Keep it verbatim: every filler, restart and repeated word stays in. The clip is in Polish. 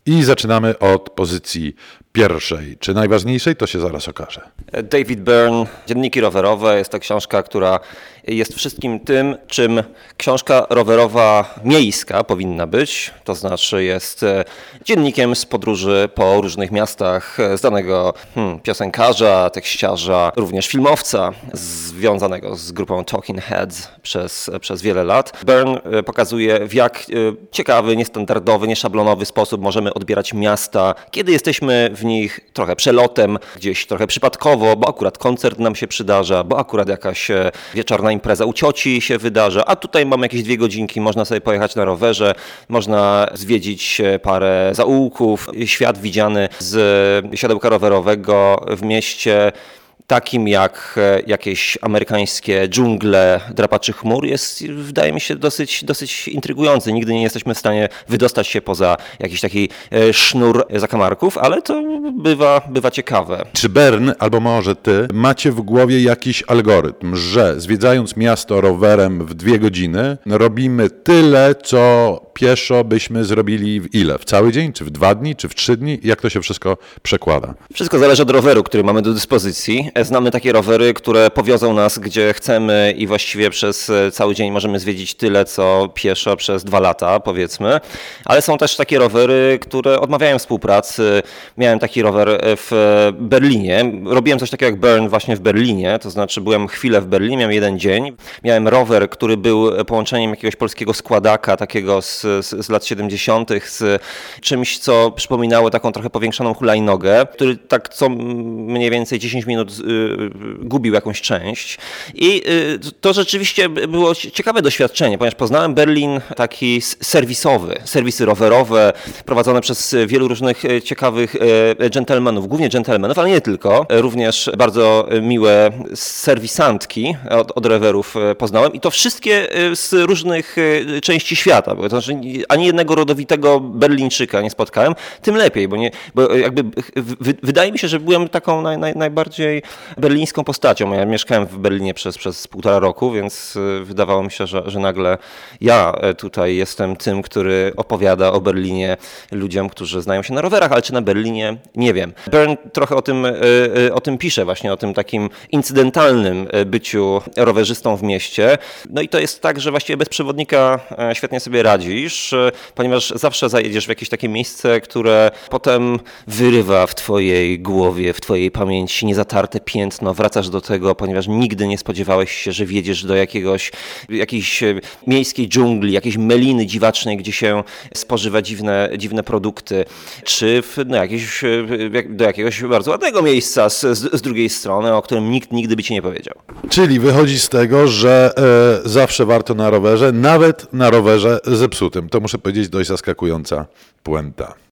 I zaczynamy od pozycji pierwszej, czy najważniejszej, to się zaraz okaże. David Byrne, Dzienniki rowerowe, jest to książka, która jest wszystkim tym, czym książka rowerowa miejska powinna być. To znaczy jest dziennikiem z podróży po różnych miastach znanego hmm, piosenkarza, tekściarza, również filmowca związanego z grupą Talking Heads przez, przez wiele lat. Byrne pokazuje, w jak ciekawy, niestandardowy, nieszablonowy sposób możemy odbierać miasta, kiedy jesteśmy w nich trochę przelotem, gdzieś trochę przypadkowo, bo akurat koncert nam się przydarza, bo akurat jakaś wieczorna impreza u cioci się wydarza, a tutaj mamy jakieś dwie godzinki, można sobie pojechać na rowerze, można zwiedzić parę zaułków, świat widziany z siodełka rowerowego w mieście takim jak jakieś amerykańskie dżungle drapaczy chmur jest, wydaje mi się, dosyć, dosyć intrygujący. Nigdy nie jesteśmy w stanie wydostać się poza jakiś taki sznur zakamarków, ale to bywa, bywa ciekawe. Czy Byrne, albo może ty, macie w głowie jakiś algorytm, że zwiedzając miasto rowerem w dwie godziny robimy tyle, co pieszo byśmy zrobili w ile? W cały dzień, czy w dwa dni, czy w trzy dni? Jak to się wszystko przekłada? Wszystko zależy od roweru, który mamy do dyspozycji. Znamy takie rowery, które powiozą nas gdzie chcemy i właściwie przez cały dzień możemy zwiedzić tyle, co pieszo przez dwa lata, powiedzmy. Ale są też takie rowery, które odmawiają współpracy. Miałem taki rower w Berlinie. Robiłem coś takiego jak Byrne właśnie w Berlinie, to znaczy byłem chwilę w Berlinie, miałem jeden dzień. Miałem rower, który był połączeniem jakiegoś polskiego składaka, takiego z, z, z lat siedemdziesiątych, z czymś, co przypominało taką trochę powiększoną hulajnogę, który tak co mniej więcej dziesięć minut gubił jakąś część i to rzeczywiście było ciekawe doświadczenie, ponieważ poznałem Berlin taki serwisowy, serwisy rowerowe prowadzone przez wielu różnych ciekawych dżentelmenów, głównie dżentelmenów, ale nie tylko, również bardzo miłe serwisantki od, od rowerów poznałem i to wszystkie z różnych części świata, bo to znaczy ani jednego rodowitego Berlińczyka nie spotkałem, tym lepiej, bo, nie, bo jakby w, wydaje mi się, że byłem taką naj, naj, najbardziej berlińską postacią. Ja mieszkałem w Berlinie przez, przez półtora roku, więc wydawało mi się, że, że nagle ja tutaj jestem tym, który opowiada o Berlinie ludziom, którzy znają się na rowerach, ale czy na Berlinie, nie wiem. Byrne trochę o tym, o tym pisze, właśnie o tym takim incydentalnym byciu rowerzystą w mieście. No i to jest tak, że właściwie bez przewodnika świetnie sobie radzisz, ponieważ zawsze zajedziesz w jakieś takie miejsce, które potem wyrywa w twojej głowie, w twojej pamięci niezatarte piętno, wracasz do tego, ponieważ nigdy nie spodziewałeś się, że wjedziesz do jakiegoś, jakiejś miejskiej dżungli, jakiejś meliny dziwacznej, gdzie się spożywa dziwne, dziwne produkty, czy w, no, jakieś, do jakiegoś bardzo ładnego miejsca z, z, z drugiej strony, o którym nikt nigdy by ci nie powiedział. Czyli wychodzi z tego, że e, zawsze warto na rowerze, nawet na rowerze zepsutym. To muszę powiedzieć dość zaskakująca puenta.